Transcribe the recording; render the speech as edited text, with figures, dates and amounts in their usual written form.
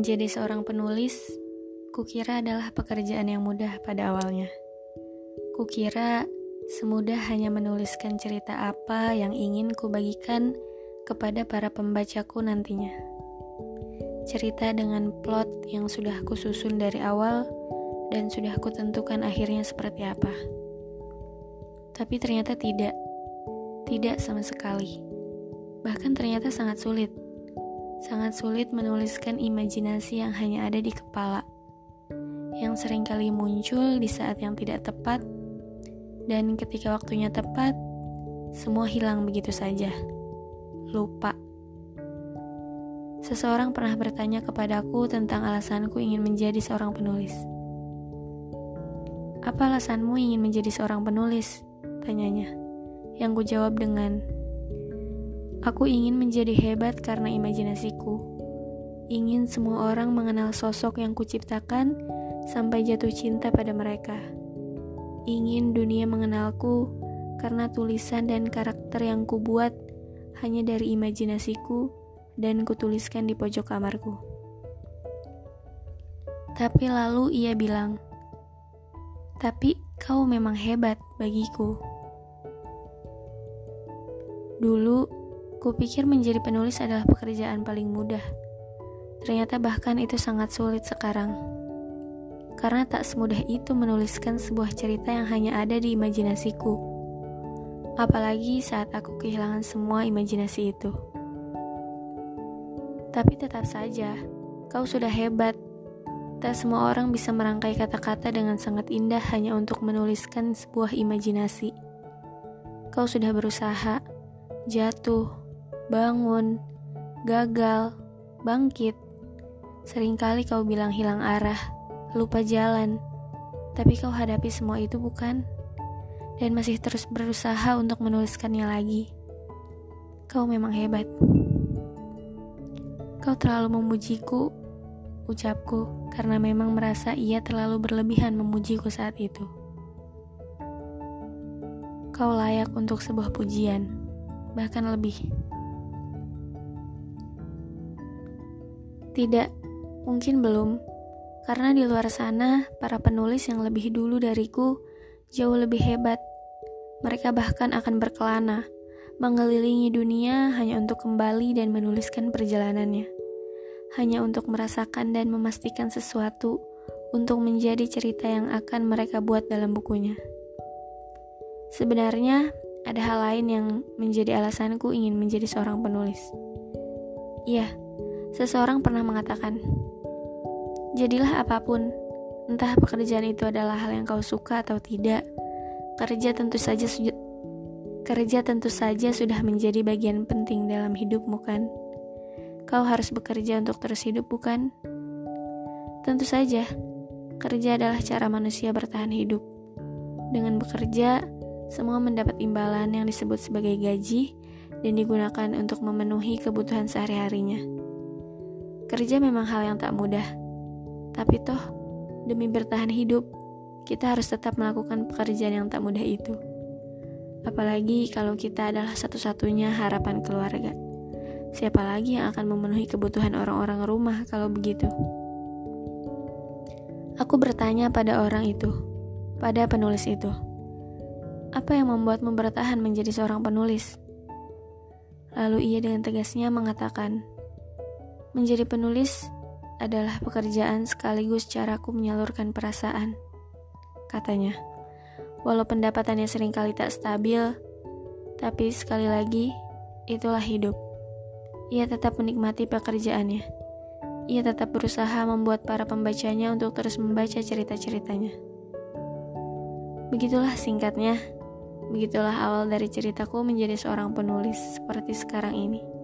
Menjadi seorang penulis, kukira adalah pekerjaan yang mudah pada awalnya. Kukira semudah hanya menuliskan cerita apa yang ingin kubagikan kepada para pembacaku nantinya. Cerita dengan plot yang sudah kususun dari awal dan sudah kutentukan akhirnya seperti apa. Tapi ternyata tidak sama sekali. Bahkan ternyata sangat sulit menuliskan imajinasi yang hanya ada di kepala, yang seringkali muncul di saat yang tidak tepat, dan ketika waktunya tepat, semua hilang begitu saja. Lupa. Seseorang pernah bertanya kepadaku tentang alasanku ingin menjadi seorang penulis. Apa alasanmu ingin menjadi seorang penulis? Tanyanya. Yang kujawab dengan, aku ingin menjadi hebat karena imajinasiku. Ingin semua orang mengenal sosok yang kuciptakan sampai jatuh cinta pada mereka. Ingin dunia mengenalku karena tulisan dan karakter yang kubuat hanya dari imajinasiku dan kutuliskan di pojok kamarku. Tapi lalu ia bilang, tapi kau memang hebat bagiku. Dulu, kupikir menjadi penulis adalah pekerjaan paling mudah. Ternyata bahkan itu sangat sulit sekarang. Karena tak semudah itu menuliskan sebuah cerita yang hanya ada di imajinasiku. Apalagi saat aku kehilangan semua imajinasi itu. Tapi tetap saja, kau sudah hebat. Tak semua orang bisa merangkai kata-kata dengan sangat indah hanya untuk menuliskan sebuah imajinasi. Kau sudah berusaha, jatuh, bangun, gagal, bangkit. Seringkali kau bilang hilang arah, lupa jalan. Tapi kau hadapi semua itu bukan? Dan masih terus berusaha untuk menuliskannya lagi. Kau memang hebat. Kau terlalu memujiku, ucapku, karena memang merasa ia terlalu berlebihan memujiku saat itu. Kau layak untuk sebuah pujian, bahkan lebih. Tidak, mungkin belum, karena di luar sana para penulis yang lebih dulu dariku jauh lebih hebat. Mereka bahkan akan berkelana, mengelilingi dunia hanya untuk kembali dan menuliskan perjalanannya. Hanya untuk merasakan dan memastikan sesuatu untuk menjadi cerita yang akan mereka buat dalam bukunya. Sebenarnya, ada hal lain yang menjadi alasanku ingin menjadi seorang penulis. Iya, seseorang pernah mengatakan, jadilah apapun, entah pekerjaan itu adalah hal yang kau suka atau tidak, kerja tentu saja sudah menjadi bagian penting dalam hidupmu kan? Kau harus bekerja untuk terus hidup bukan? Tentu saja, kerja adalah cara manusia bertahan hidup. Dengan bekerja, semua mendapat imbalan yang disebut sebagai gaji dan digunakan untuk memenuhi kebutuhan sehari-harinya. Kerja memang hal yang tak mudah, tapi toh, demi bertahan hidup, kita harus tetap melakukan pekerjaan yang tak mudah itu. Apalagi kalau kita adalah satu-satunya harapan keluarga. Siapa lagi yang akan memenuhi kebutuhan orang-orang rumah kalau begitu? Aku bertanya pada orang itu, pada penulis itu, apa yang membuatmu bertahan menjadi seorang penulis? Lalu ia dengan tegasnya mengatakan, menjadi penulis adalah pekerjaan sekaligus caraku menyalurkan perasaan, katanya. Walau pendapatannya seringkali tak stabil, tapi sekali lagi, itulah hidup. Ia tetap menikmati pekerjaannya. Ia tetap berusaha membuat para pembacanya untuk terus membaca cerita-ceritanya. Begitulah singkatnya, begitulah awal dari ceritaku menjadi seorang penulis seperti sekarang ini.